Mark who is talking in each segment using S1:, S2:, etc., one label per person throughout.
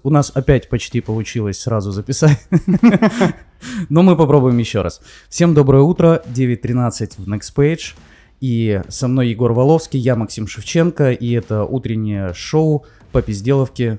S1: У нас опять почти получилось сразу записать, но мы попробуем еще раз. Всем доброе утро, 9:13 в NextPage, и со мной Егор Воловский, я Максим Шевченко, и это утреннее шоу по пизделовке.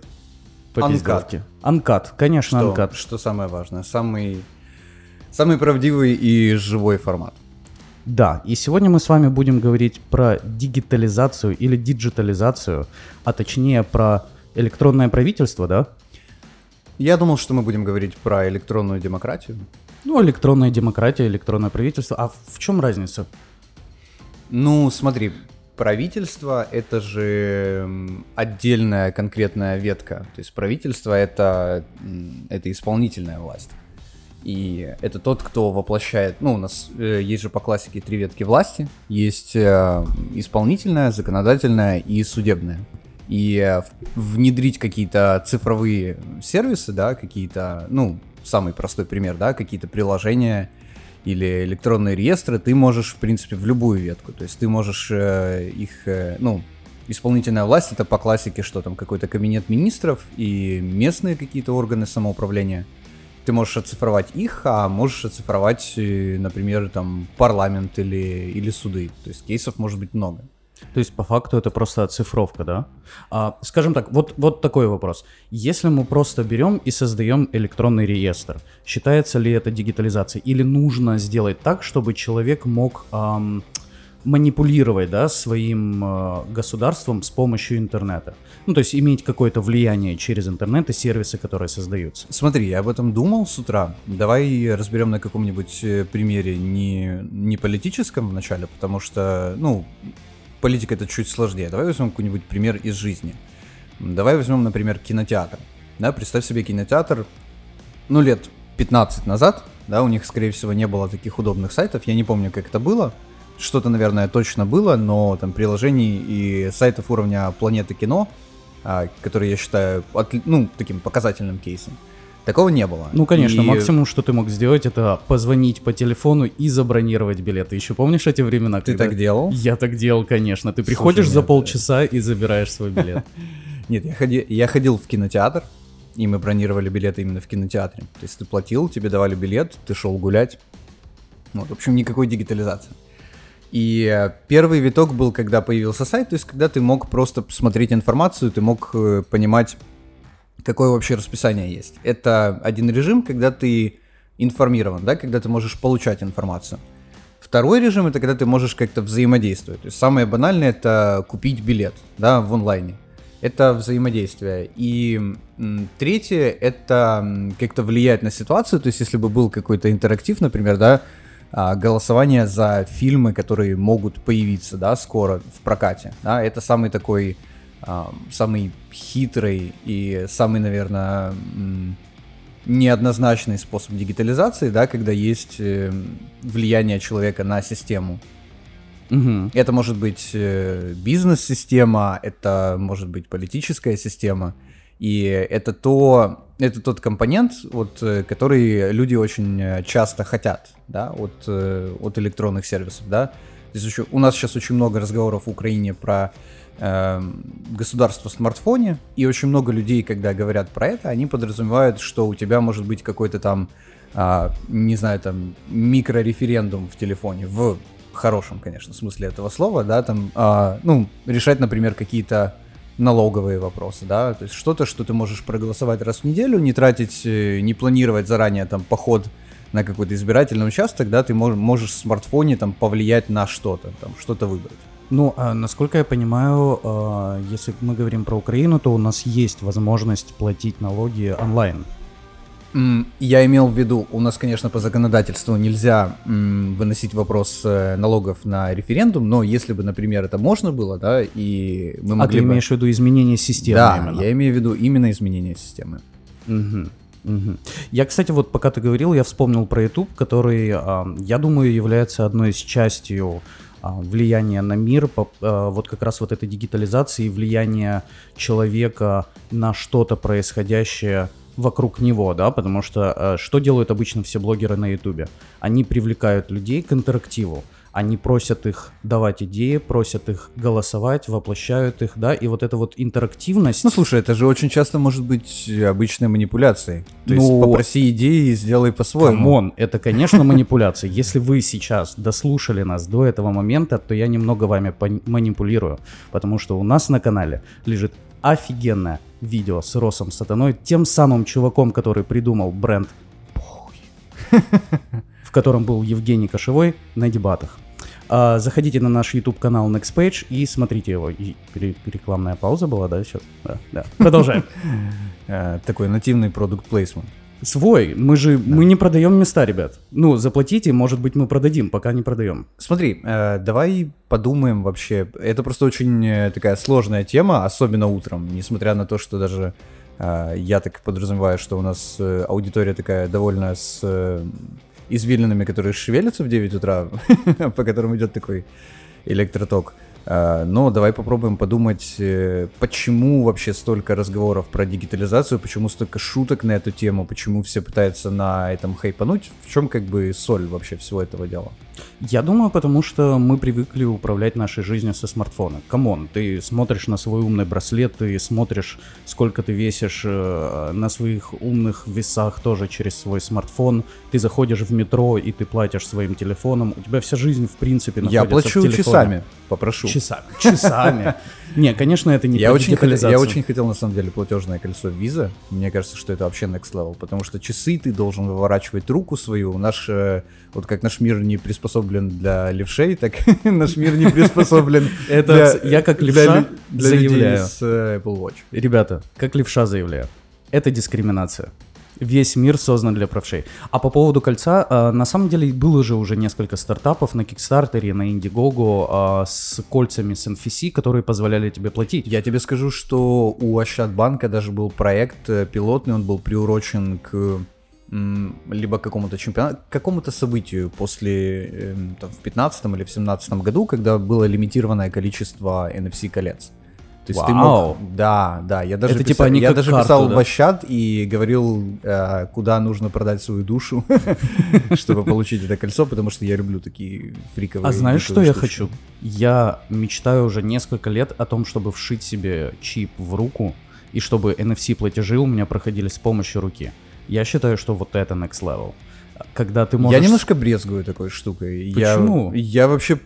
S1: Uncut, конечно, Uncut.
S2: Что самое важное, самый правдивый и живой формат.
S1: Да, и сегодня мы с вами будем говорить про дигитализацию или диджитализацию, а точнее про электронное правительство, да?
S2: Я думал, что мы будем говорить про электронную демократию.
S1: Ну, электронная демократия, электронное правительство. А в чем разница?
S2: Ну, смотри, правительство — это же отдельная конкретная ветка. То есть правительство — это исполнительная власть. И это тот, кто воплощает... Ну, у нас есть же по классике 3 ветки власти. Есть исполнительная, законодательная и судебная. И внедрить какие-то цифровые сервисы, да, какие-то, ну, самый простой пример, да, какие-то приложения или электронные реестры, ты можешь, в принципе, в любую ветку. То есть ты можешь исполнительная власть — это по классике, что там какой-то кабинет министров и местные какие-то органы самоуправления. Ты можешь оцифровать их, а можешь оцифровать, например, там, парламент или суды. То есть кейсов может быть много.
S1: То есть по факту это просто оцифровка, да? Скажем так, вот такой вопрос. Если мы просто берем и создаем электронный реестр, считается ли это дигитализацией? Или нужно сделать так, чтобы человек мог манипулировать, да, своим государством с помощью интернета? Ну, то есть иметь какое-то влияние через интернет и сервисы, которые создаются.
S2: Смотри, я об этом думал с утра. Давай разберем на каком-нибудь примере не политическом вначале, потому что, ну, политика — это чуть сложнее. Давай возьмем какой-нибудь пример из жизни. Давай возьмем, например, кинотеатр. Да, представь себе кинотеатр, ну, лет 15 назад, да, у них, скорее всего, не было таких удобных сайтов. Я не помню, как это было. Что-то, наверное, точно было, но там приложений и сайтов уровня Планеты Кино, который я считаю, таким показательным кейсом, такого не было.
S1: Ну, конечно, максимум, что ты мог сделать, это позвонить по телефону и забронировать билеты. Еще помнишь эти времена?
S2: Ты так делал?
S1: Я так делал, конечно. Ты приходишь за полчаса и забираешь свой билет.
S2: Нет, я ходил в кинотеатр, и мы бронировали билеты именно в кинотеатре. То есть ты платил, тебе давали билет, ты шел гулять. Вот, в общем, никакой дигитализации. И первый виток был, когда появился сайт, то есть когда ты мог просто смотреть информацию, ты мог понимать, какое вообще расписание есть. Это один режим, когда ты информирован, да, когда ты можешь получать информацию. Второй режим — это когда ты можешь как-то взаимодействовать. То есть самое банальное — это купить билет, да, в онлайне. Это взаимодействие. И третье — это как-то влиять на ситуацию. То есть если бы был какой-то интерактив, например, да, голосование за фильмы, которые могут появиться, да, скоро в прокате, да, это самый такой, самый хитрый и самый, наверное, неоднозначный способ дигитализации, да, когда есть влияние человека на систему. Угу. Это может быть бизнес-система, это может быть политическая система, и это тот компонент, вот, который люди очень часто хотят, да, от электронных сервисов, да. Здесь у нас сейчас очень много разговоров в Украине про государство в смартфоне, и очень много людей, когда говорят про это, они подразумевают, что у тебя может быть какой-то там, не знаю, там, микрореферендум в телефоне, в хорошем, конечно, смысле этого слова, да, там, решать, например, какие-то налоговые вопросы, да, то есть что-то, что ты можешь проголосовать раз в неделю, не тратить, не планировать заранее там поход на какой-то избирательный участок, да, ты можешь в смартфоне там повлиять на что-то, там, что-то выбрать.
S1: Ну, насколько я понимаю, если мы говорим про Украину, то у нас есть возможность платить налоги онлайн.
S2: Я имел в виду, у нас, конечно, по законодательству нельзя выносить вопрос налогов на референдум, но если бы, например, это можно было, да, и мы могли бы...
S1: ты имеешь в виду изменение системы?
S2: Да,
S1: именно.
S2: Я имею в виду именно изменение системы.
S1: Угу. Я, кстати, вот пока ты говорил, я вспомнил про YouTube, который, я думаю, является одной из частью влияния на мир, вот как раз вот этой дигитализации, влияния человека на что-то происходящее вокруг него, да, потому что что делают обычно все блогеры на Ютубе? Они привлекают людей к интерактиву, Они просят их давать идеи, просят их голосовать, воплощают их, да, и вот эта вот интерактивность...
S2: Ну, слушай, это же очень часто может быть обычной манипуляцией. То есть попроси идеи и сделай по-своему.
S1: Камон, это, конечно, манипуляция. Если вы сейчас дослушали нас до этого момента, то я немного вами манипулирую, потому что у нас на канале лежит офигенное видео с Росом Сатаной, тем самым чуваком, который придумал бренд «Похуй», в котором был Евгений Кошевой на дебатах. Заходите на наш YouTube-канал NextPage и смотрите его. И рекламная пауза была, да, сейчас? Да. Продолжаем.
S2: Такой нативный продукт плейсмент.
S1: Свой. Мы не продаем места, ребят. Ну, заплатите, может быть, мы продадим, пока не продаем.
S2: Смотри, давай подумаем вообще. Это просто очень такая сложная тема, особенно утром, несмотря на то, что даже я так подразумеваю, что у нас аудитория такая довольно с извилинами, которые шевелятся в 9 утра, по которым идет такой электроток. Но давай попробуем подумать, почему вообще столько разговоров про дигитализацию, почему столько шуток на эту тему, почему все пытаются на этом хайпануть, в чем как бы соль вообще всего этого дела?
S1: Я думаю, потому что мы привыкли управлять нашей жизнью со смартфона. Камон, ты смотришь на свой умный браслет, ты смотришь, сколько ты весишь на своих умных весах тоже через свой смартфон, ты заходишь в метро и ты платишь своим телефоном, у тебя вся жизнь в принципе находится в телефоне.
S2: Я плачу часами, попрошу.
S1: Часами. Не, конечно, это не
S2: про дигитализацию. Я очень хотел, на самом деле, платежное кольцо Visa. Мне кажется, что это вообще next level, потому что часы ты должен выворачивать руку свою. Вот как наш мир не приспособлен для левшей, так наш мир не приспособлен
S1: для... Я как левша заявляю.
S2: С Apple Watch.
S1: Ребята, как левша заявляю. Это дискриминация. Весь мир создан для правшей. А по поводу кольца, на самом деле было же уже несколько стартапов на Kickstarter, на Indiegogo с кольцами с NFC, которые позволяли тебе платить.
S2: Я тебе скажу, что у Ощадбанка даже был проект пилотный, он был приурочен к либо какому-то чемпионату, какому-то событию после в 15 или в 17 году, когда было лимитированное количество NFC колец. То есть ты мог... Да, я даже, писал в Ощад и говорил, куда нужно продать свою душу, чтобы получить это кольцо, потому что я люблю такие фриковые...
S1: А знаешь, что я хочу? Я мечтаю уже несколько лет о том, чтобы вшить себе чип в руку, и чтобы NFC-платежи у меня проходили с помощью руки. Я считаю, что вот это next level. Когда ты можешь...
S2: Я немножко брезгую такой штукой.
S1: Почему?
S2: Я вообще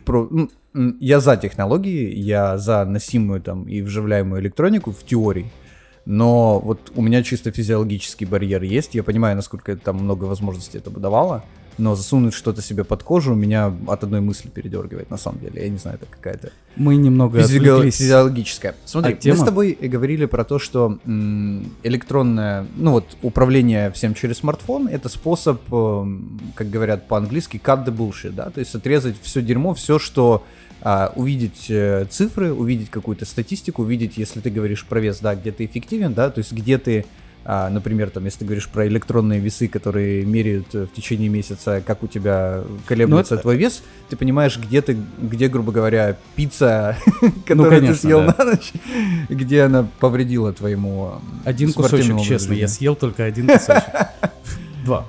S2: я за технологии, я за носимую там и вживляемую электронику в теории, но вот у меня чисто физиологический барьер есть, я понимаю, насколько там много возможностей это бы давало, но засунуть что-то себе под кожу меня от одной мысли передергивает, на самом деле, я не знаю, это какая-то...
S1: Мы немного
S2: физиологическая. Смотри, мы с тобой говорили про то, что электронное, управление всем через смартфон, это способ, как говорят по-английски, cut the bullshit, да, то есть отрезать все дерьмо, все, что увидеть цифры, увидеть какую-то статистику, увидеть, если ты говоришь про вес, да, где ты эффективен, да, то есть где ты, например, там, если ты говоришь про электронные весы, которые меряют в течение месяца, как у тебя колеблется твой вес, ты понимаешь, где, грубо говоря, пицца, которую ты съел на ночь, где она повредила твоему
S1: один кусочек, честно, я съел только один кусочек. Два.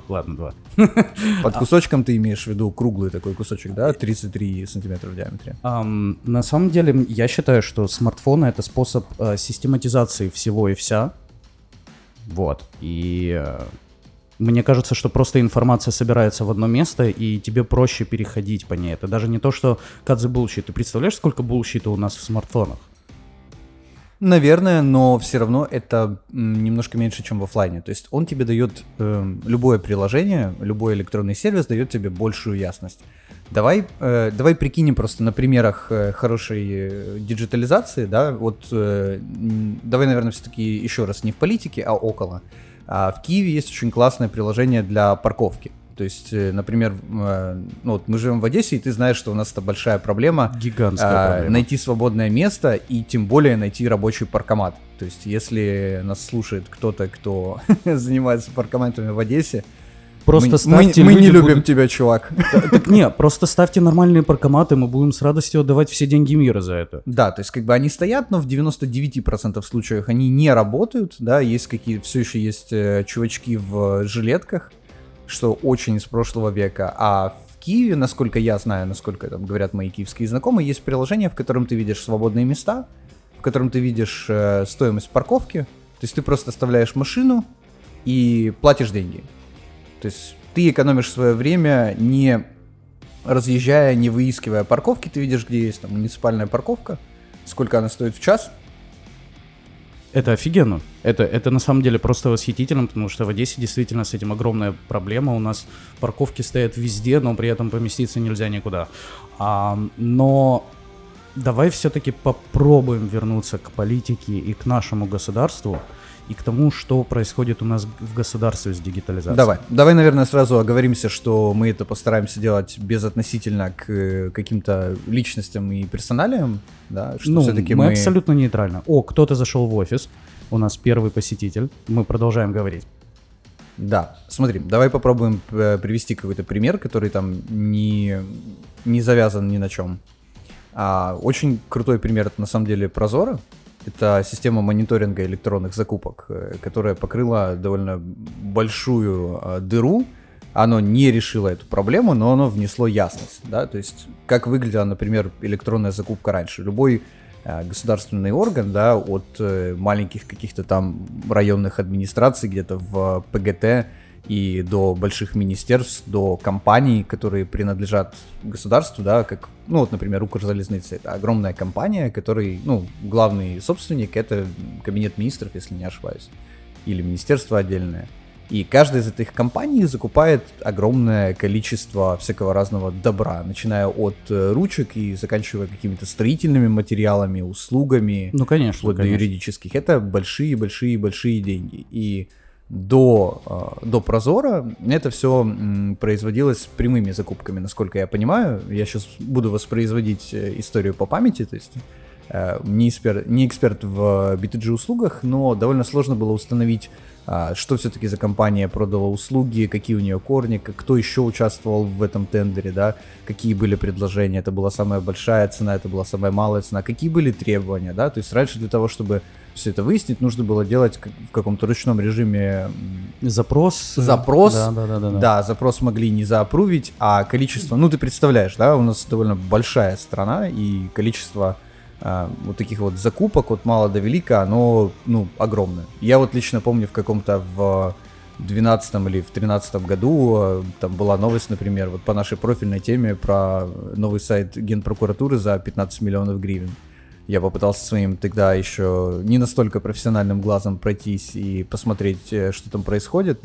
S2: Под кусочком ты имеешь в виду круглый такой кусочек, да? 33 сантиметра в диаметре.
S1: На самом деле, я считаю, что смартфоны — это способ систематизации всего и вся. Вот. И мне кажется, что просто информация собирается в одно место, и тебе проще переходить по ней. Это даже не то, что cut the bullshit. Ты представляешь, сколько булщита у нас в смартфонах?
S2: Наверное, но все равно это немножко меньше, чем в офлайне. То есть он тебе дает, любое приложение, любой электронный сервис дает тебе большую ясность. Давай прикинем просто на примерах хорошей диджитализации, да, вот давай, наверное, все-таки еще раз не в политике, а около. В Киеве есть очень классное приложение для парковки. То есть, например, мы живем в Одессе, и ты знаешь, что у нас это большая проблема.
S1: Гигантская проблема.
S2: Найти свободное место и тем более найти рабочий паркомат. То есть, если нас слушает кто-то, кто занимается паркоматами в Одессе,
S1: просто
S2: мы не любим тебя, чувак.
S1: Так не, просто ставьте нормальные паркоматы, мы будем с радостью отдавать все деньги мира за это.
S2: Да, то есть как бы они стоят, но в 99% случаев они не работают, да, все еще есть чувачки в жилетках, что очень из прошлого века, а в Киеве, насколько я знаю, насколько там говорят мои киевские знакомые, есть приложение, в котором ты видишь свободные места, в котором ты видишь стоимость парковки. То есть ты просто оставляешь машину и платишь деньги. То есть ты экономишь свое время, не разъезжая, не выискивая парковки. Ты видишь, где есть там муниципальная парковка, сколько она стоит в час.
S1: Это офигенно. Это на самом деле просто восхитительно, потому что в Одессе действительно с этим огромная проблема. У нас парковки стоят везде, но при этом поместиться нельзя никуда. Но давай все-таки попробуем вернуться к политике и к нашему государству, и к тому, что происходит у нас в государстве с дигитализацией.
S2: Давай, наверное, сразу оговоримся, что мы это постараемся делать безотносительно к каким-то личностям и персоналиям, да, что все-таки
S1: мы абсолютно нейтрально. Кто-то зашел в офис, у нас первый посетитель, мы продолжаем говорить.
S2: Да, смотри, давай попробуем привести какой-то пример, который там не завязан ни на чем. Очень крутой пример — это на самом деле Прозоро. Это система мониторинга электронных закупок, которая покрыла довольно большую дыру. Оно не решило эту проблему, но оно внесло ясность. Да? То есть, как выглядела, например, электронная закупка раньше. Любой государственный орган, да, от маленьких каких-то там районных администраций где-то в ПГТ и до больших министерств, до компаний, которые принадлежат государству, да, как, вот, например, Укрзалезница — это огромная компания, которой, главный собственник — это кабинет министров, если не ошибаюсь, или министерство отдельное. И каждая из этих компаний закупает огромное количество всякого разного добра, начиная от ручек и заканчивая какими-то строительными материалами, услугами,
S1: конечно,
S2: вплоть до юридических. Это большие-большие-большие деньги. И до Прозора это все производилось прямыми закупками, насколько я понимаю. Я сейчас буду воспроизводить историю по памяти, то есть не эксперт в B2G-услугах, но довольно сложно было установить, что все-таки за компания продала услуги, какие у нее корни, кто еще участвовал в этом тендере, да, какие были предложения, это была самая большая цена, это была самая малая цена, какие были требования, да, то есть раньше для того, чтобы все это выяснить, нужно было делать в каком-то ручном режиме
S1: запрос.
S2: Да, запрос могли не заапрувить, а количество, ты представляешь, да, у нас довольно большая страна, и количество вот таких вот закупок от мала до велика, оно, огромное. Я вот лично помню в каком-то в 12 или в 13 году там была новость, например, вот по нашей профильной теме про новый сайт Генпрокуратуры за 15 миллионов гривен. Я попытался своим тогда еще не настолько профессиональным глазом пройтись и посмотреть, что там происходит.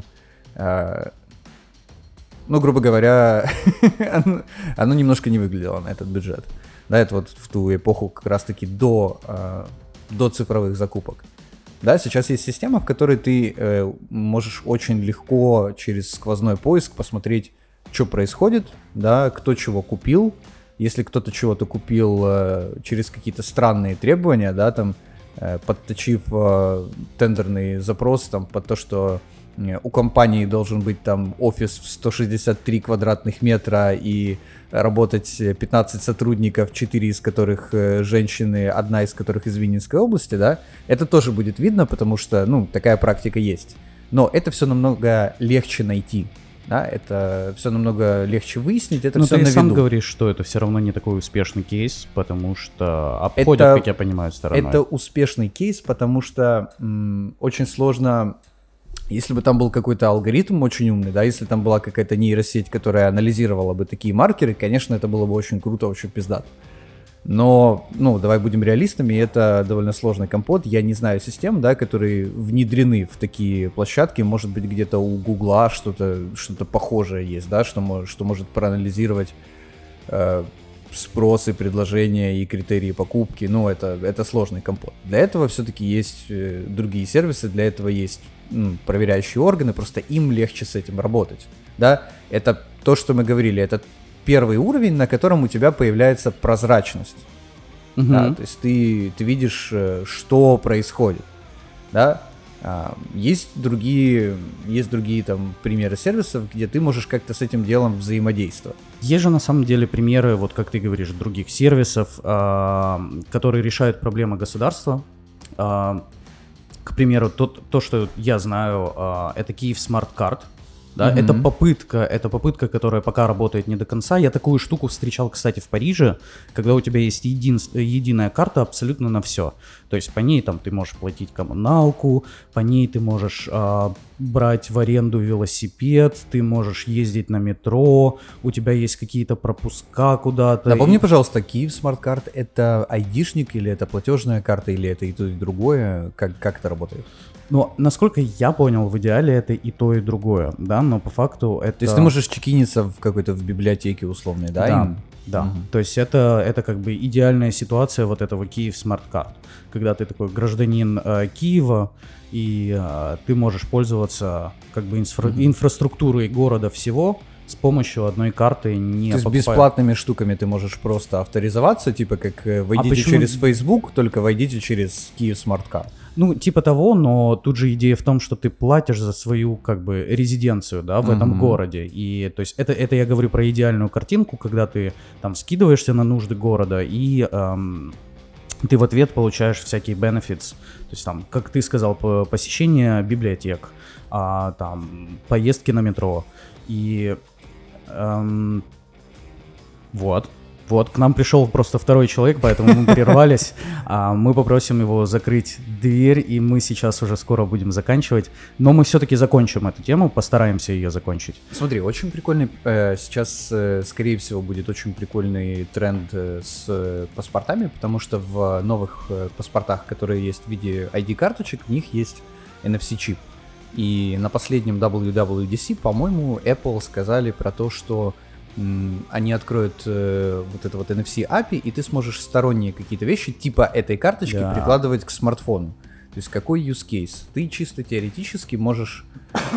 S2: Грубо говоря, оно немножко не выглядело на этот бюджет. Да, это вот в ту эпоху как раз-таки до цифровых закупок. Да, сейчас есть система, в которой ты можешь очень легко через сквозной поиск посмотреть, что происходит, да, кто чего купил. Если кто-то чего-то купил через какие-то странные требования, да, там, подточив тендерный запрос там, под то, что у компании должен быть там офис в 163 квадратных метра и работать 15 сотрудников, 4 из которых женщины, одна из которых из Винницкой области, да, это тоже будет видно, потому что, такая практика есть. Но это все намного легче найти. Да, это все намного легче выяснить, это все на виду.
S1: Ты сам говоришь, что это все равно не такой успешный кейс, потому что обходят, как я понимаю, стороной.
S2: Это успешный кейс, потому что очень сложно, если бы там был какой-то алгоритм очень умный, да, если там была какая-то нейросеть, которая анализировала бы такие маркеры, конечно, это было бы очень круто, очень пиздато. Но, давай будем реалистами, это довольно сложный компот. Я не знаю систем, да, которые внедрены в такие площадки. Может быть, где-то у Гугла что-то похожее есть, да, что может проанализировать спрос и предложения и критерии покупки. Это сложный компот. Для этого все-таки есть другие сервисы, для этого есть проверяющие органы, просто им легче с этим работать. Да, это то, что мы говорили, это первый уровень, на котором у тебя появляется прозрачность. Да, то есть ты видишь, что происходит. Да? Есть другие там примеры сервисов, где ты можешь как-то с этим делом взаимодействовать.
S1: Есть же на самом деле примеры, вот как ты говоришь, других сервисов, которые решают проблемы государства. К примеру, то, что я знаю, это Киев Смарт Карт. Да, это попытка, которая пока работает не до конца. Я такую штуку встречал, кстати, в Париже, когда у тебя есть единая карта абсолютно на все. То есть по ней там ты можешь платить коммуналку, по ней ты можешь брать в аренду велосипед, ты можешь ездить на метро, у тебя есть какие-то пропуска куда-то.
S2: Напомни, пожалуйста, Киев смарт-карт — это айдишник или это платежная карта, или это и то, и другое? Как это работает?
S1: Но, насколько я понял, в идеале это и то, и другое, да, но по факту это...
S2: То есть ты можешь чекиниться в библиотеке условной, да?
S1: Да, да. То есть это как бы идеальная ситуация вот этого Киев смарт-карт, когда ты такой гражданин Киева, и ты можешь пользоваться как бы инфраструктурой города всего с помощью одной карты, не
S2: То есть
S1: покупая...
S2: бесплатными штуками ты можешь просто авторизоваться, типа как войдите через Facebook, только войдите через Киев смарт-карт.
S1: Ну, типа того, но тут же идея в том, что ты платишь за свою, как бы, резиденцию, да, в этом городе. И, то есть, это я говорю про идеальную картинку, когда ты там скидываешься на нужды города, и ты в ответ получаешь всякие benefits. То есть, там, как ты сказал, посещение библиотек, там, поездки на метро. И вот, к нам пришел просто второй человек, поэтому мы прервались. Мы попросим его закрыть дверь, и мы сейчас уже скоро будем заканчивать. Но мы все-таки закончим эту тему, постараемся ее закончить.
S2: Смотри, очень прикольный, сейчас, скорее всего, будет очень прикольный тренд с паспортами, потому что в новых паспортах, которые есть в виде ID-карточек, в них есть NFC-чип. И на последнем WWDC, по-моему, Apple сказали про то, что они откроют вот это вот NFC API, и ты сможешь сторонние какие-то вещи типа этой карточки прикладывать к смартфону. То есть какой use case? Ты чисто теоретически можешь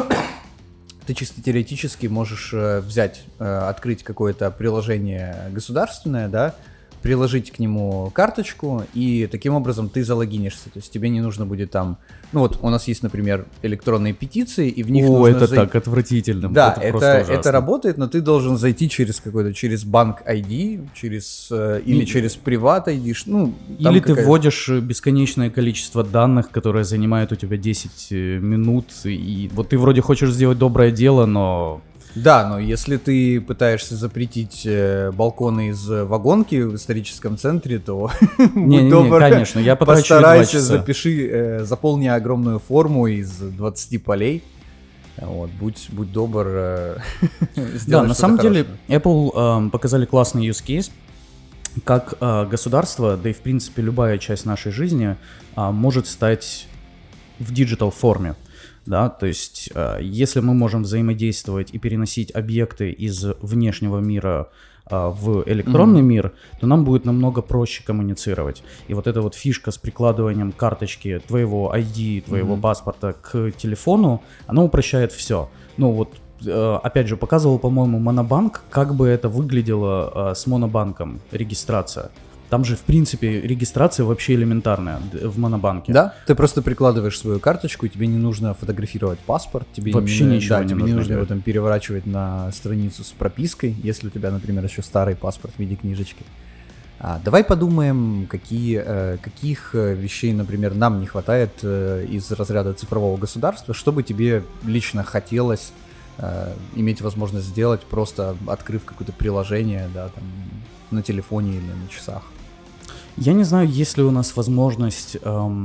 S2: взять, открыть какое-то приложение государственное, да, приложить к нему карточку, и таким образом ты залогинишься. То есть тебе не нужно будет там... Ну вот у нас есть, например, электронные петиции, и в них нужно...
S1: это так отвратительно.
S2: Да, это работает, но ты должен зайти через банк ID, или через приват ID. Ну,
S1: или ты вводишь бесконечное количество данных, которое занимает у тебя 10 минут, и вот ты вроде хочешь сделать доброе дело, но...
S2: Да, но если ты пытаешься запретить балконы из вагонки в историческом центре, то
S1: конечно, я потрачу 2 часа.
S2: Заполни огромную форму из 20 полей. Вот, будь добр.
S1: Да, на самом деле Apple показали классный use case, как государство, да и в принципе любая часть нашей жизни может стать в диджитал форме. Да, то есть, если мы можем взаимодействовать и переносить объекты из внешнего мира в электронный мир, то нам будет намного проще коммуницировать. И вот эта вот фишка с прикладыванием карточки твоего ID, твоего паспорта к телефону, она упрощает все. Ну вот, опять же, показывал, по-моему, Монобанк, как бы это выглядело с Монобанком, регистрация. Там же, в принципе, регистрация вообще элементарная в Монобанке.
S2: Да, ты просто прикладываешь свою карточку, и тебе не нужно фотографировать паспорт, тебе
S1: вообще ничего не
S2: нужно его там переворачивать на страницу с пропиской, если у тебя, например, еще старый паспорт в виде книжечки. Давай подумаем, каких вещей, например, нам не хватает из разряда цифрового государства, что бы тебе лично хотелось иметь возможность сделать, просто открыв какое-то приложение, да, там, на телефоне или на часах.
S1: Я не знаю, есть ли у нас возможность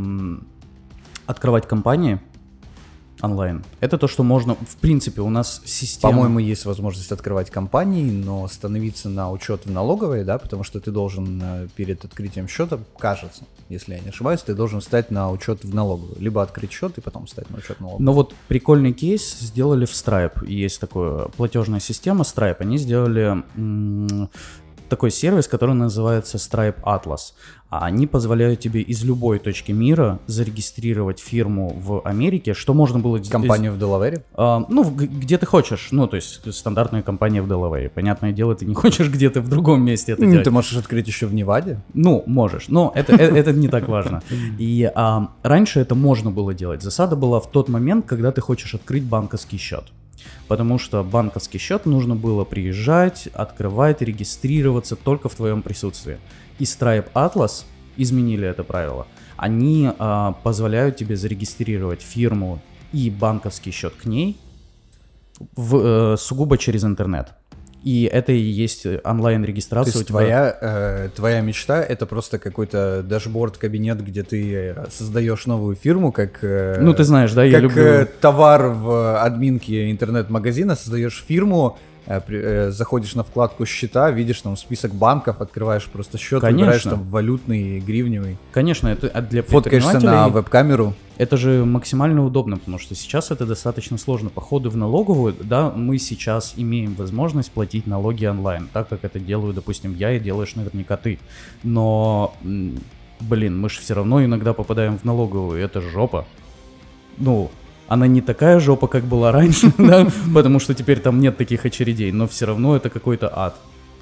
S1: открывать компании онлайн. Это то, что можно, в принципе, у нас система...
S2: По-моему, есть возможность открывать компании, но становиться на учет в налоговой, да, потому что ты должен перед открытием счета, кажется, если я не ошибаюсь, ты должен встать на учет в налоговую. Либо открыть счет и потом встать на учет в налоговую.
S1: Но вот прикольный кейс сделали в Stripe. Есть такая платежная система Stripe. Они сделали... такой сервис, который называется Stripe Atlas. Они позволяют тебе из любой точки мира зарегистрировать фирму в Америке, что можно было...
S2: Компанию в Делавере?
S1: Где ты хочешь. Ну, то есть стандартная компания в Делавере. Понятное дело, ты не хочешь где-то в другом месте это делать.
S2: Ты можешь открыть еще в Неваде?
S1: Ну, можешь, но это не так важно. И раньше это можно было делать. Засада была в тот момент, когда ты хочешь открыть банковский счет. Потому что банковский счет нужно было приезжать, открывать, регистрироваться только в твоем присутствии. И Stripe Atlas изменили это правило. Они позволяют тебе зарегистрировать фирму и банковский счет к ней сугубо через интернет. И это и есть онлайн-регистрация.
S2: То есть твоя мечта — это просто какой-то дашборд, кабинет, где ты создаешь новую фирму, как...
S1: Ну, ты знаешь, да, я люблю...
S2: товар в админке интернет-магазина, создаешь фирму, заходишь на вкладку счета, видишь там список банков, открываешь просто счет, выбираешь там валютный, гривневый.
S1: Конечно, это для
S2: фоткаешься на веб-камеру.
S1: Это же максимально удобно, потому что сейчас это достаточно сложно. Походы в налоговую, да, мы сейчас имеем возможность платить налоги онлайн, так как это делаю, допустим, я и делаешь наверняка ты. Но, блин, мы же все равно иногда попадаем в налоговую, это жопа. Ну, она не такая жопа, как была раньше, да, потому что теперь там нет таких очередей, но все равно это какой-то ад.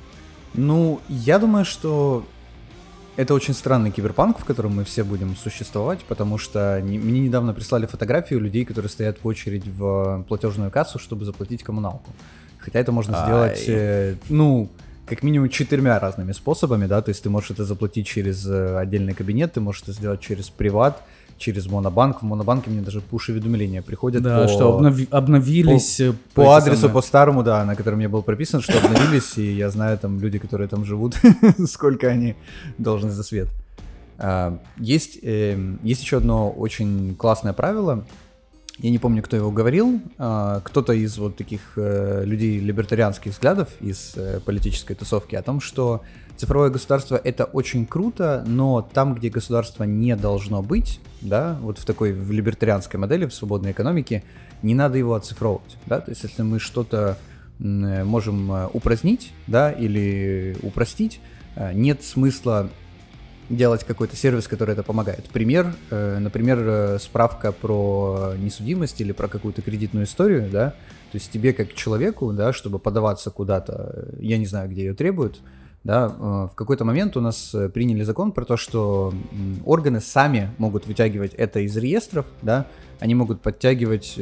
S2: Ну, я думаю, что это очень странный киберпанк, в котором мы все будем существовать, потому что мне недавно прислали фотографию людей, которые стоят в очередь в платежную кассу, чтобы заплатить коммуналку. Хотя это можно сделать, как минимум 4 разными способами, да, то есть ты можешь это заплатить через отдельный кабинет, ты можешь это сделать через приват, через Монобанк. В Монобанке мне даже пуш-уведомления приходят,
S1: да, что обновились
S2: по адресу, по старому, да, на котором я был прописан, что обновились, и я знаю там люди, которые там живут, сколько они должны за свет. Есть еще одно очень классное правило. Я не помню, кто его говорил. Кто-то из вот таких людей либертарианских взглядов из политической тусовки о том, что цифровое государство — это очень круто, но там, где государства не должно быть, да, вот в либертарианской модели, в свободной экономике, не надо его оцифровывать, да, то есть если мы что-то можем упразднить, да, или упростить, нет смысла делать какой-то сервис, который это помогает. Пример, например, справка про несудимость или про какую-то кредитную историю, да, то есть тебе как человеку, да, чтобы подаваться куда-то, я не знаю, где ее требуют, да, в какой-то момент у нас приняли закон про то, что органы сами могут вытягивать это из реестров, да, они могут подтягивать,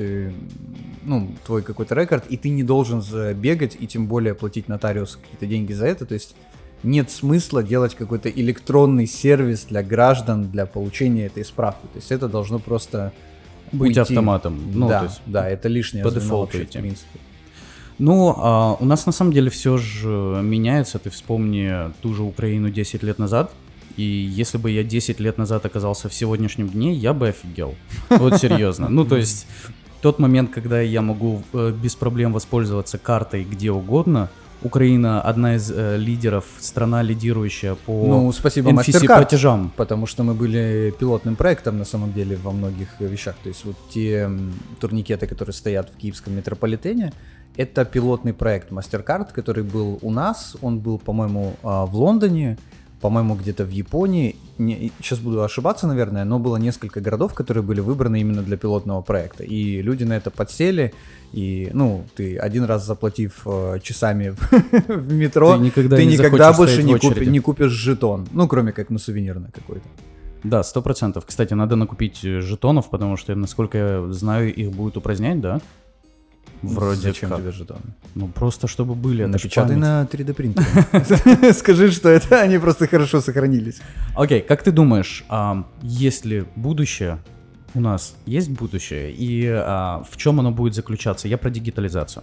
S2: твой какой-то рекорд, и ты не должен бегать и тем более платить нотариусу какие-то деньги за это, то есть нет смысла делать какой-то электронный сервис для граждан для получения этой справки. То есть это должно просто
S1: быть
S2: уйти
S1: автоматом.
S2: то есть да, это лишнее
S1: по
S2: звено
S1: дефолту,
S2: в принципе.
S1: Ну, у нас на самом деле все же меняется. Ты вспомни ту же Украину 10 лет назад. И если бы я 10 лет назад оказался в сегодняшнем дне, я бы офигел. Вот серьезно. Ну, то есть тот момент, когда я могу без проблем воспользоваться картой где угодно. Украина одна из лидеров, страна лидирующая по
S2: спасибо
S1: NFC-платежам.
S2: Потому что мы были пилотным проектом на самом деле во многих вещах. То есть вот те турникеты, которые стоят в киевском метрополитене, это пилотный проект MasterCard, который был у нас. Он был, по-моему, в Лондоне, по-моему, где-то в Японии. Сейчас буду ошибаться, наверное, но было несколько городов, которые были выбраны именно для пилотного проекта. И люди на это подсели. И, ты один раз заплатив часами в метро, ты никогда больше не купишь жетон. Кроме как на сувенирный какой-то.
S1: Да, 100%. Кстати, надо накупить жетонов, потому что, насколько я знаю, их будут упразднять, да? Вроде
S2: Зачем
S1: как.
S2: тебе жетоны?
S1: Просто чтобы были.
S2: Напечатай на 3D принтере. Скажи, что это они просто хорошо сохранились.
S1: Окей, как ты думаешь, есть ли будущее? У нас есть будущее? И в чем оно будет заключаться? Я про дигитализацию.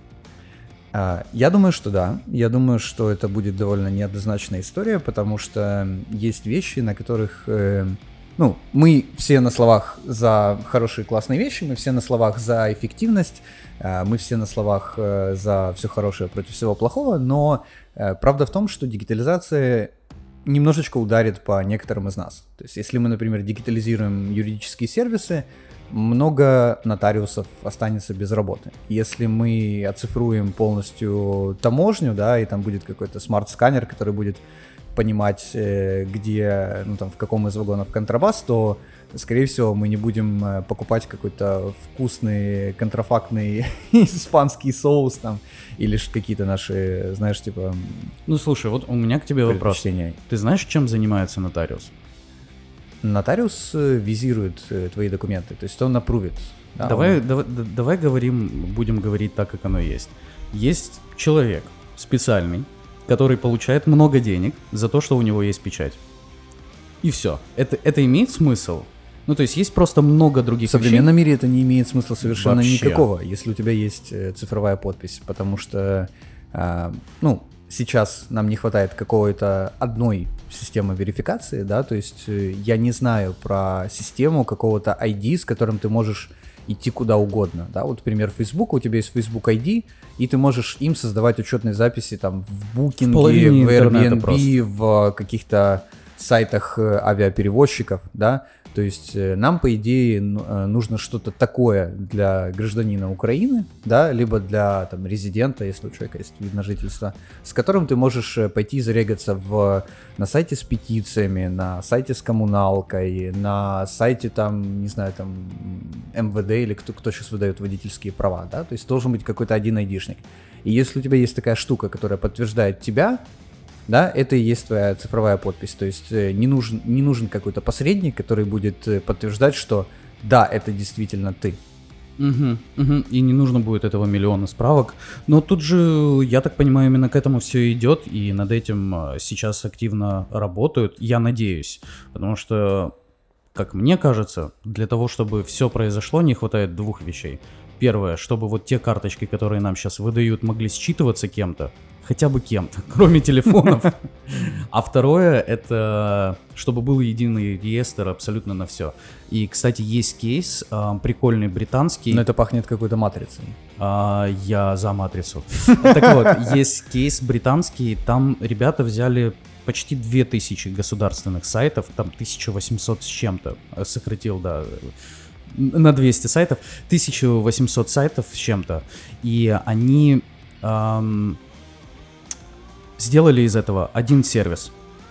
S2: Я думаю, что да. Я думаю, что это будет довольно неоднозначная история, потому что есть вещи, на которых... мы все на словах за хорошие классные вещи, мы все на словах за эффективность, мы все на словах за все хорошее против всего плохого, но правда в том, что дигитализация немножечко ударит по некоторым из нас. То есть если мы, например, дигитализируем юридические сервисы, много нотариусов останется без работы. Если мы оцифруем полностью таможню, да, и там будет какой-то смарт-сканер, который будет понимать, где, в каком из вагонов контрабас, то, скорее всего, мы не будем покупать какой-то вкусный контрафактный испанский соус там, или какие-то наши, знаешь, типа...
S1: слушай, вот у меня к тебе вопрос. Ты знаешь, чем занимается нотариус?
S2: Нотариус визирует твои документы, то есть он апрувит. Да,
S1: давай будем говорить так, как оно есть. Есть человек специальный, который получает много денег за то, что у него есть печать. И все. Это имеет смысл? Ну, то есть просто много других
S2: вещей. В современном мире это не имеет смысла совершенно никакого, если у тебя есть цифровая подпись, потому что, сейчас нам не хватает какой-то одной системы верификации, да, то есть я не знаю про систему какого-то ID, с которым ты можешь идти куда угодно, да, вот пример Facebook, у тебя есть Facebook ID, и ты можешь им создавать учетные записи там в Booking, в Airbnb, в каких-то сайтах авиаперевозчиков, да, то есть нам, по идее, нужно что-то такое для гражданина Украины, да, либо для там резидента, если у человека есть вид на жительство, с которым ты можешь пойти зарегаться на сайте с петициями, на сайте с коммуналкой, на сайте там, не знаю, там МВД или кто сейчас выдает водительские права, да, то есть должен быть какой-то один айдишник. И если у тебя есть такая штука, которая подтверждает тебя, да, это и есть твоя цифровая подпись, то есть не нужен какой-то посредник, который будет подтверждать, что да, это действительно ты.
S1: И не нужно будет этого миллиона справок. Но тут же, я так понимаю, именно к этому все идет, и над этим сейчас активно работают, я надеюсь, потому что, как мне кажется, для того, чтобы все произошло, не хватает двух вещей. Первое, чтобы вот те карточки, которые нам сейчас выдают, могли считываться кем-то, хотя бы кем-то, кроме телефонов. А второе, это чтобы был единый реестр абсолютно на все. И, кстати, есть кейс прикольный британский.
S2: Но это пахнет какой-то матрицей.
S1: Я за матрицу. Так вот, есть кейс британский, там ребята взяли почти 2000 государственных сайтов, там 1800 с чем-то, сократил, да, на 200 сайтов, 1800 сайтов с чем-то, и они сделали из этого один сервис,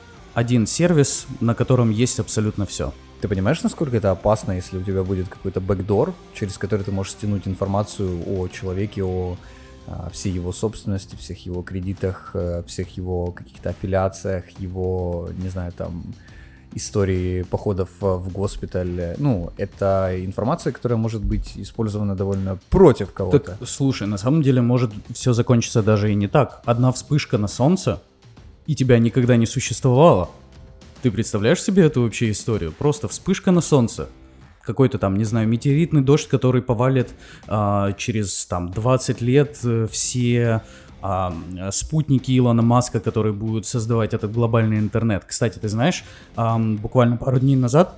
S1: на котором есть абсолютно все.
S2: Ты понимаешь, насколько это опасно, если у тебя будет какой-то бэкдор, через который ты можешь стянуть информацию о человеке, о всей его собственности, всех его кредитах, всех его каких-то аффилиациях, его, не знаю, там, истории походов в госпиталь. Ну, это информация, которая может быть использована довольно против кого-то.
S1: Так, слушай, на самом деле может все закончиться даже и не так. Одна вспышка на солнце, и тебя никогда не существовало. Ты представляешь себе эту вообще историю? Просто вспышка на солнце. Какой-то там, не знаю, метеоритный дождь, который повалит через там 20 лет все спутники Илона Маска, которые будут создавать этот глобальный интернет. Кстати, ты знаешь, буквально пару дней назад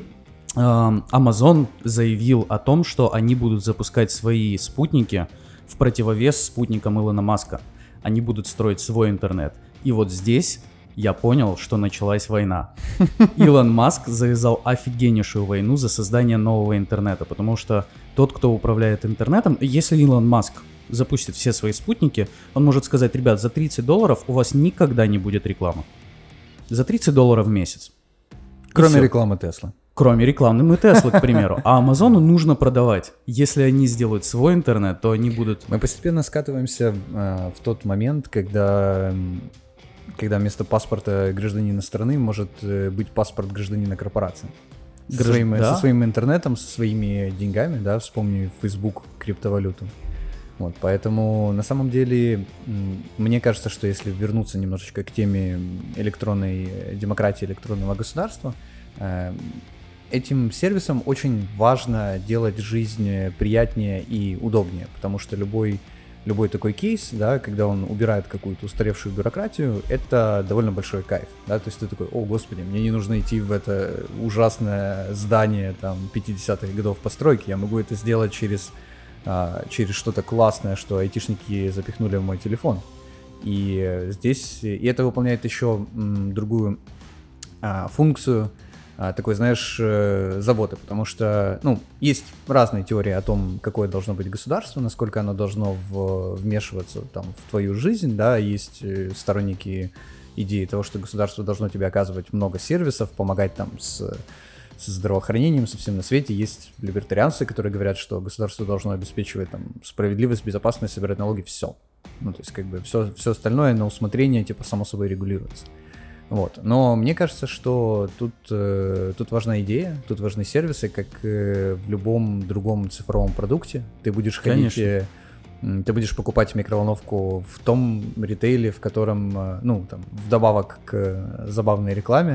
S1: Amazon заявил о том, что они будут запускать свои спутники в противовес спутникам Илона Маска. Они будут строить свой интернет. И вот здесь я понял, что началась война. Илон Маск завязал офигеннейшую войну за создание нового интернета, потому что тот, кто управляет интернетом, если Илон Маск запустит все свои спутники, он может сказать: ребят, за $30 у вас никогда не будет рекламы. За $30 в месяц.
S2: Кроме рекламы Теслы.
S1: Кроме рекламы Теслы, к примеру. А Амазону нужно продавать. Если они сделают свой интернет, то они будут...
S2: Мы постепенно скатываемся в тот момент, когда вместо паспорта гражданина страны может быть паспорт гражданина корпорации. Со своим интернетом, со своими деньгами, да, вспомни Facebook, криптовалюту. Вот, поэтому на самом деле мне кажется, что если вернуться немножечко к теме электронной демократии, электронного государства, этим сервисом очень важно делать жизнь приятнее и удобнее, потому что любой такой кейс, да, когда он убирает какую-то устаревшую бюрократию, это довольно большой кайф, да, то есть ты такой: о, господи, мне не нужно идти в это ужасное здание там 50-х годов постройки, я могу это сделать через что-то классное, что айтишники запихнули в мой телефон. И здесь, и это выполняет еще другую функцию, такой, знаешь, заботы, потому что, ну, есть разные теории о том, какое должно быть государство, насколько оно должно вмешиваться там в твою жизнь, да, есть сторонники идеи того, что государство должно тебе оказывать много сервисов, помогать там с здравоохранением, со всем на свете. Есть либертарианцы, которые говорят, что государство должно обеспечивать там справедливость, безопасность, собирать налоги, все. Ну, то есть, как бы, все остальное на усмотрение, типа, само собой регулируется. Вот. Но мне кажется, что тут важна идея, тут важны сервисы, как в любом другом цифровом продукте. Ты будешь ходить, ты будешь покупать микроволновку в том ритейле, в котором, ну, там, вдобавок к забавной рекламе,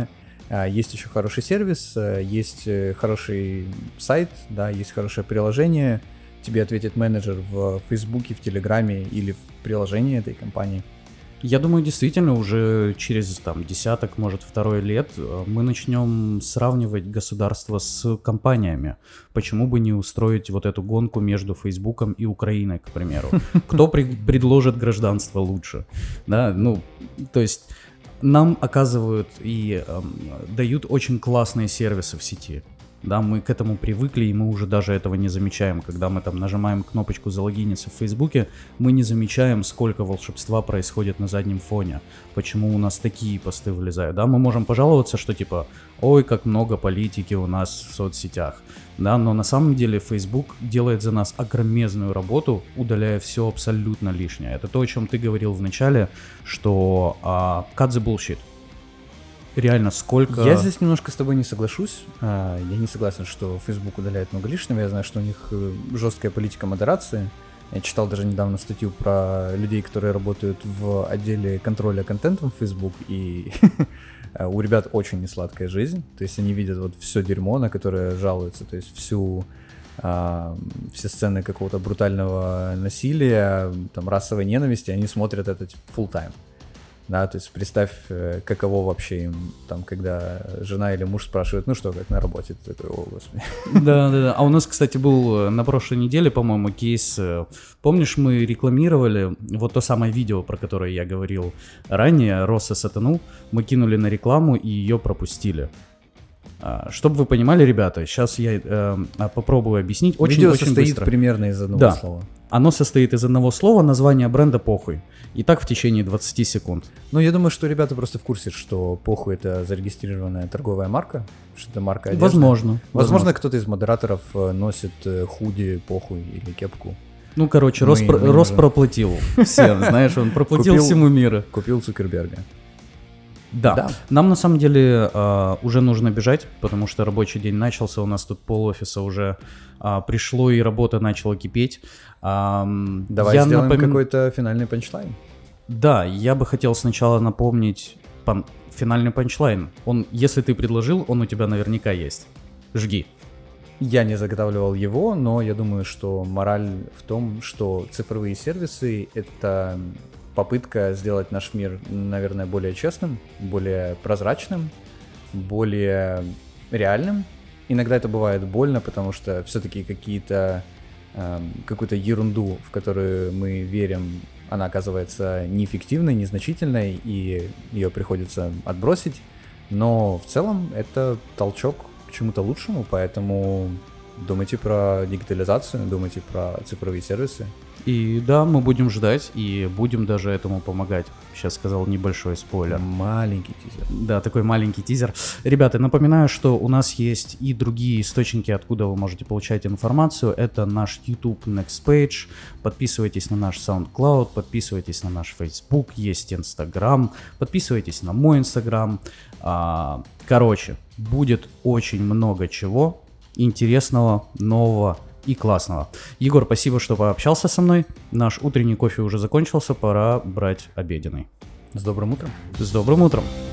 S2: Есть еще хороший сервис, есть хороший сайт, да, есть хорошее приложение. Тебе ответит менеджер в Фейсбуке, в Телеграме или в приложении этой компании.
S1: Я думаю, действительно, уже через там, десяток, может, второй лет мы начнем сравнивать государство с компаниями. Почему бы не устроить вот эту гонку между Фейсбуком и Украиной, к примеру? Кто предложит гражданство лучше? Да, ну, то есть нам оказывают и дают очень классные сервисы в сети. Да, мы к этому привыкли, и мы уже даже этого не замечаем. Когда мы там нажимаем кнопочку «Залогиниться» в Фейсбуке, мы не замечаем, сколько волшебства происходит на заднем фоне. Почему у нас такие посты вылезают. Да, мы можем пожаловаться, что типа «Ой, как много политики у нас в соцсетях». Да, но на самом деле Facebook делает за нас огромезную работу, удаляя все абсолютно лишнее. Это то, о чем ты говорил в начале, что cut the bullshit. Реально, сколько...
S2: Я здесь немножко с тобой не соглашусь. Я не согласен, что Facebook удаляет много лишнего. Я знаю, что у них жесткая политика модерации. Я читал даже недавно статью про людей, которые работают в отделе контроля контентом в Facebook, и у ребят очень несладкая жизнь. То есть они видят вот все дерьмо, на которое жалуются, то есть все сцены какого-то брутального насилия, там, расовой ненависти, они смотрят это типа full-time. Да, то есть представь, каково вообще им, там, когда жена или муж спрашивают, ну что, как на работе? Ты такой, о, господи.
S1: Да. А у нас, кстати, был на прошлой неделе, по-моему, кейс. Помнишь, мы рекламировали вот то самое видео, про которое я говорил ранее, «Росса сатану». Мы кинули на рекламу и ее пропустили. Чтобы вы понимали, ребята, сейчас я попробую объяснить очень быстро.
S2: Видео состоит примерно из одного слова.
S1: Оно состоит из одного слова, название бренда «Похуй». И так в течение 20 секунд.
S2: Ну, я думаю, что ребята просто в курсе, что «Похуй» — это зарегистрированная торговая марка, что это марка одежды. Возможно, кто-то из модераторов носит худи, «Похуй» или кепку.
S1: Ну, короче, Рос проплатил всем, знаешь, он проплатил всему миру.
S2: Купил Цукерберга.
S1: Да, нам на самом деле уже нужно бежать, потому что рабочий день начался, у нас тут пол-офиса уже пришло и работа начала кипеть.
S2: Давай сделаем какой-то финальный панчлайн.
S1: Да, я бы хотел сначала напомнить финальный панчлайн. Если ты предложил, он у тебя наверняка есть. Жги.
S2: Я не заготавливал его, но я думаю, что мораль в том, что цифровые сервисы — это попытка сделать наш мир, наверное, более честным, более прозрачным, более реальным. Иногда это бывает больно, потому что все-таки какую-то ерунду, в которую мы верим, она оказывается неэффективной, незначительной, и ее приходится отбросить. Но в целом это толчок к чему-то лучшему, поэтому думайте про дигитализацию, думайте про цифровые сервисы.
S1: И да, мы будем ждать и будем даже этому помогать. Сейчас сказал небольшой спойлер.
S2: Маленький тизер.
S1: Да, такой маленький тизер. Ребята, напоминаю, что у нас есть и другие источники, откуда вы можете получать информацию. Это наш YouTube Next Page. Подписывайтесь на наш SoundCloud, подписывайтесь на наш Facebook, есть Instagram, подписывайтесь на мой Instagram. Короче, будет очень много чего интересного, нового и классного. Егор, спасибо, что пообщался со мной. Наш утренний кофе уже закончился, пора брать обеденный.
S2: С добрым утром.
S1: С добрым утром.